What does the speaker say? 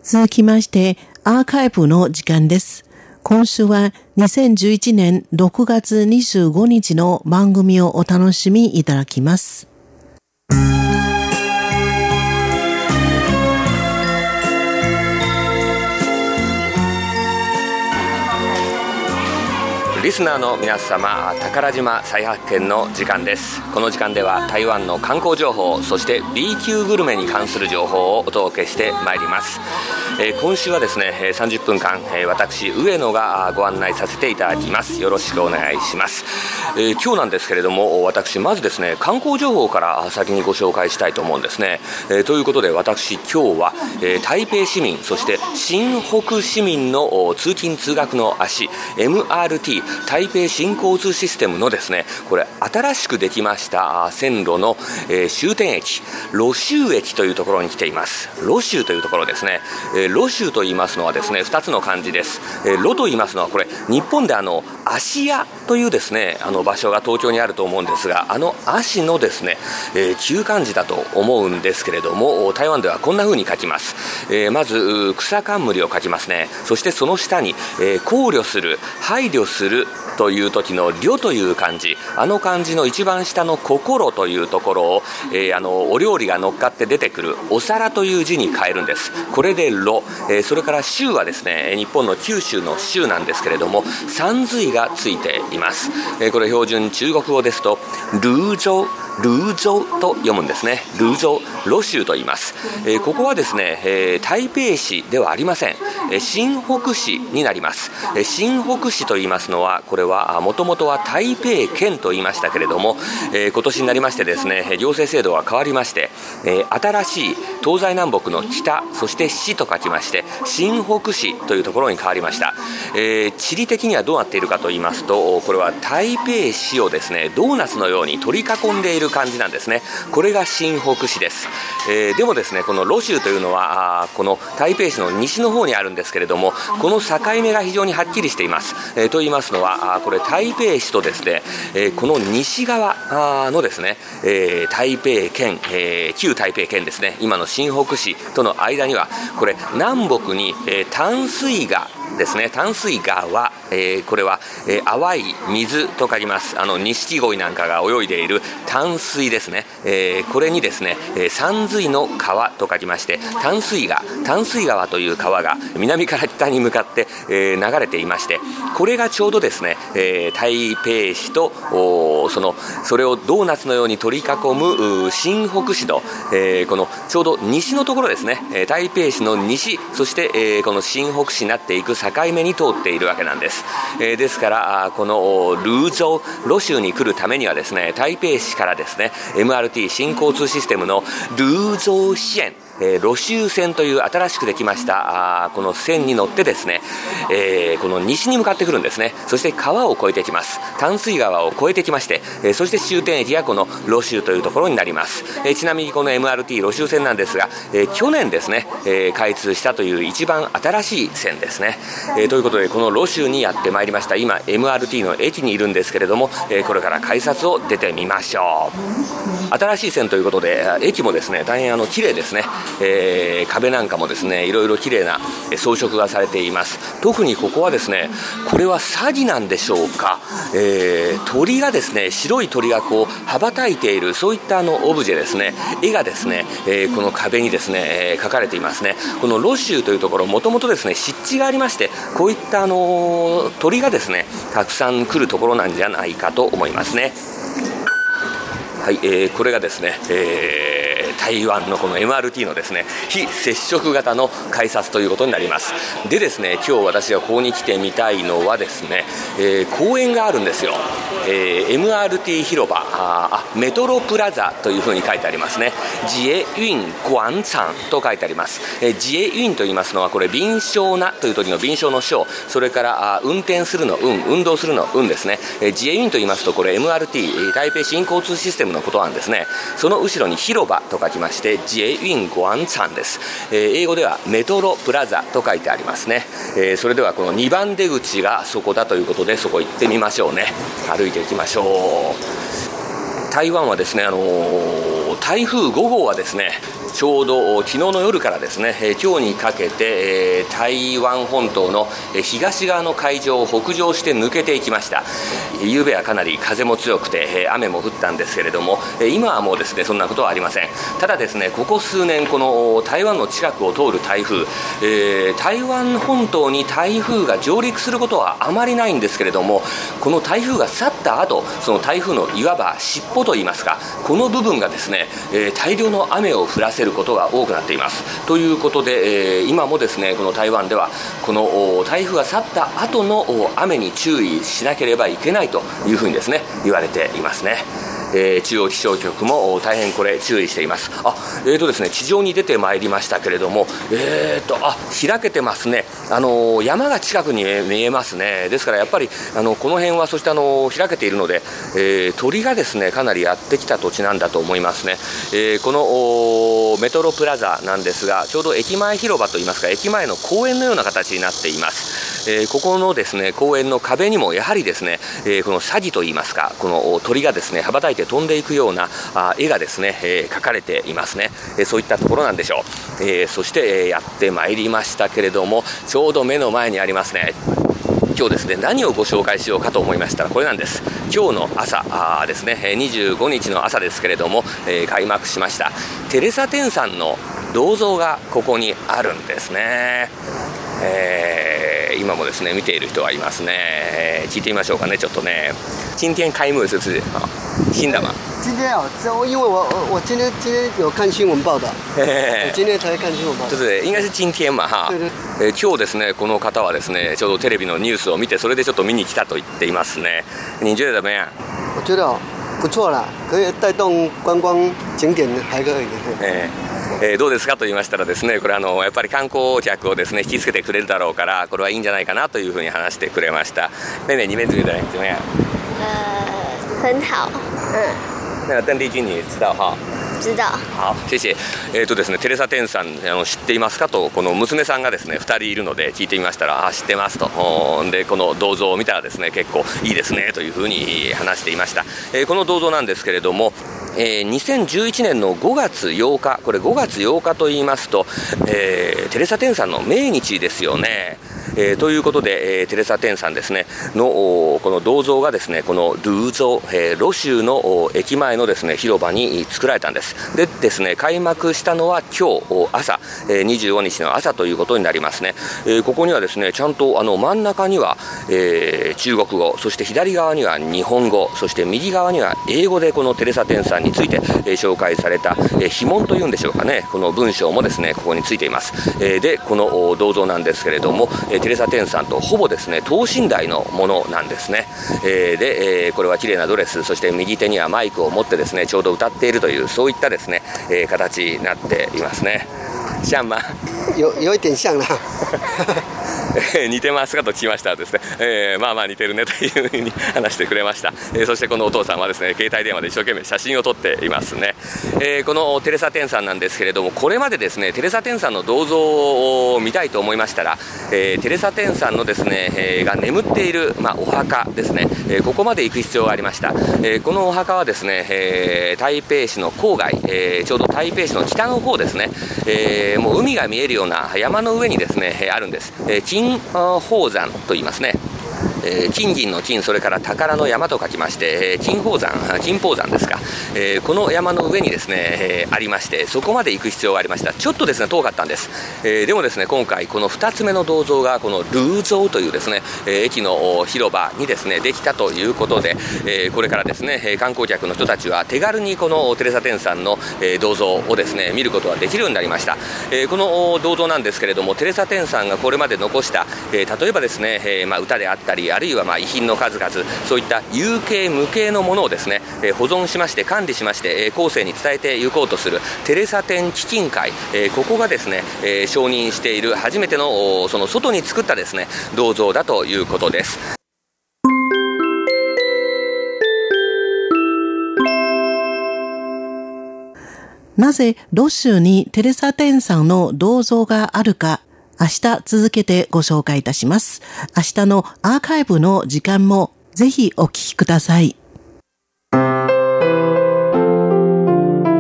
続きましてアーカイブの時間です。今週は2011年6月25日の番組をお楽しみいただきます。 リスナーの皆様、宝島再発見の時間です。この時間では台湾の観光情報、そして B 級グルメに関する情報をお届けしてまいります。今週はですね30分間、私上野がご案内させていただきます。よろしくお願いします。今日なんですけれども、私まずですね観光情報から先にご紹介したいと思うんですね。ということで私今日は、台北市民、そして新北市民の通勤通学の足 MRT 台北新交通システムのですね、これ新しくできました線路の、終点駅、路州駅というところに来ています。路州というところですね。路州と言いますのはですね2つの漢字です。路と言いますのはこれ日本で芦屋というですね場所が東京にあると思うんですが、芦のですね、旧漢字だと思うんですけれども、台湾ではこんな風に書きます。まず草冠を書きますね。そしてその下に、考慮する、配慮するという時の慮という漢字、漢字の一番下の心というところを、お料理が乗っかって出てくるお皿という字に変えるんです。これで炉、それから州はですね日本の九州の州なんですけれども山水がついています。これ標準中国語ですとルージョと読むんですね。ルージョ、路州と言います。ここはですね、台北市ではありません。新北市になります。新北市と言いますのは、これはもともとは台北県と言いましたけれども、今年になりましてですね行政制度が変わりまして、新しい東西南北の北、そして市と書きまして新北市というところに変わりました。地理的にはどうなっているかと言いますと、これは台北市をですねドーナツのように取り囲んでいる感じなんですね。これが新北市です。でもですねこの路州というのはこの台北市の西の方にあるんですけれども、この境目が非常にはっきりしています。と言いますのはこれ台北市とですね、この西側のですね、台北県、旧台北県ですね、今の新北市との間にはこれ南北に、淡水河ですね。淡水川、これは、淡い水と書きます。錦鯉なんかが泳いでいる淡水ですね。これにですね、山水の川と書きまして淡水川という川が南から北に向かって、流れていまして、これがちょうどですね、台北市とそれをドーナツのように取り囲む新北市の、このちょうど西のところですね。台北市の西、そして、この新北市になっていく境目に通っているわけなんです。ですからこのルージョ路州に来るためにはですね、台北市からですね MRT 新交通システムのルージョ支援、路州線という新しくできましたこの線に乗ってですね、この西に向かってくるんですね。そして川を越えてきます。淡水川を越えてきまして、そして終点駅がこの路州というところになります。ちなみにこの MRT 路州線なんですが、去年ですね、開通したという一番新しい線ですね。ということでこの路州にやってまいりました。今 MRT の駅にいるんですけれども、これから改札を出てみましょう。新しい線ということで駅もですね大変綺麗ですね。壁なんかもですねいろいろ綺麗な装飾がされています。特にここはですね、これはサギなんでしょうか、鳥がですね、白い鳥がこう羽ばたいている、そういったオブジェですね、絵がですね、この壁にですね、描かれていますね。この路州というところ、もともとですね湿地がありまして、こういった鳥がですねたくさん来るところなんじゃないかと思いますね。はい、これがですね、台湾のこの MRT のですね非接触型の改札ということになります。でですね、今日私がここに来てみたいのはですね、公園があるんですよ。MRT 広場、メトロプラザというふうに書いてありますね。捷運廣場と書いてあります。捷運と言いますのはこれ敏捷なという時の敏捷の捷、それから運転するの運動するの運ですね。捷運と言いますとこれ MRT 台北新交通システムのことなんですね。その後ろに広場と書きまして捷運廣場です。英語ではメトロプラザと書いてありますね。それではこの2番出口がそこだということで、そこ行ってみましょうね。歩いていきましょう。台湾はですね、 台風5号はですね、ちょうど昨日の夜からですね、今日にかけて台湾本島の東側の海上を北上して抜けていきました。夕べはかなり風も強くて雨も降ったんですけれども、今はもうですねそんなことはありません。ただですね、ここ数年この台湾の近くを通る台風、台湾本島に台風が上陸することはあまりないんですけれども、この台風が去った後、その台風のいわば尻尾といいますか、この部分がですね、大量の雨を降らせることが多くなっています。ということで、今もですねこの台湾ではこの台風が去った後の雨に注意しなければいけないというふうにですね言われていますね。中央気象局も大変これ注意しています。ですね、地上に出てまいりましたけれども、開けてますね。山が近くに見えますね。ですからやっぱりこの辺はそして開けているので、鳥がですねかなりやってきた土地なんだと思いますね。このメトロプラザなんですが、ちょうど駅前広場といいますか、駅前の公園のような形になっています。ここのですね公園の壁にもやはりですね、このサギといいますか、この鳥がですね羽ばたいて飛んでいくような絵がですね、描かれていますね。そういったところなんでしょう。そして、やってまいりましたけれども、ちょうど目の前にありますね。今日ですね何をご紹介しようかと思いましたら、これなんです。今日の朝ですね、25日の朝ですけれども、開幕しましたテレサ・テンさんの銅像がここにあるんですね。今もですね見ている人がいますね。聞いてみましょうかね。ちょっとね、今天開幕是不是新的吗？ 今天因为我今天有看新闻报道，今天才看新闻报道。 对，应该是今天嘛哈。今日ですねこの方はですねちょうどテレビのニュースを見て、それでちょっと見に来たと言っていますね。你觉得怎么样？ 我觉得不错啦，可以带动观光景点还可以。 どうですかと言いましたらですね、これやっぱり観光客をですね引きつけてくれるだろうから、これはいいんじゃないかなというふうに話してくれました。妹妹，你们觉得怎么样？ 很好。 那个邓丽君你知道哈？ 知道。 好、謝謝。ですね、テレサ・テンさん知っていますかと、この娘さんがですね2人いるので聞いてみましたら、知ってますと。でこの銅像を見たらですね結構いいですねというふうに話していました。この銅像なんですけれども、2011年の5月8日、これ5月8日と言いますと、テレサ・テンさんの命日ですよね。ということで、テレサ・テンさんですねのこの銅像がですねこのルーゾー、ロ州の駅前のですね広場に作られたんです。でですね開幕したのは今日朝、25日の朝ということになりますね。ここにはですねちゃんと真ん中には、中国語、そして左側には日本語、そして右側には英語でこのテレサ・テンさんについて、紹介された、碑文というんでしょうかね、この文章もですねここについています。でこの銅像なんですけれども、テレサ・テンさんとほぼですね等身大のものなんですね。で、これは綺麗なドレス、そして右手にはマイクを持ってですねちょうど歌っているという、そういったですね、形になっていますね。像吗？ 有一点像啦。 似てますかと聞きましたらですね、まあまあ似てるねというふうに話してくれました。そしてこのお父さんはですね携帯電話で一生懸命写真を撮っていますね。このテレサ・テンさんなんですけれども、これまでですねテレサ・テンさんの銅像を見たいと思いましたら、テレサ・テンさんのですね、が眠っている、お墓ですね、ここまで行く必要がありました。このお墓はですね、台北市の郊外、ちょうど台北市の北の方ですね、もう海が見えるような山の上にですね、あるんです。金宝山と言いますね。金銀の金、それから宝の山と書きまして、金宝山ですか、この山の上にですね、ありまして、そこまで行く必要がありました。ちょっとですね遠かったんです。でもですね今回この2つ目の銅像がこのルーゾーというですね、駅の広場にですねできたということで、これからですね観光客の人たちは手軽にこのテレサ・テンさんの銅像をですね見ることができるようになりました。この銅像なんですけれども、テレサ・テンさんがこれまで残した、例えばですね、歌であったり、あるいは遺品の数々、そういった有形無形のものをですね、保存しまして管理しまして、後世に伝えていこうとするテレサテン基金会、ここがですね、承認している初めてのその外に作ったですね銅像だということです。 なぜロ州にテレサ・テンさんの銅像があるか、明日続けてご紹介いたします。明日のアーカイブの時間もぜひお聞きください。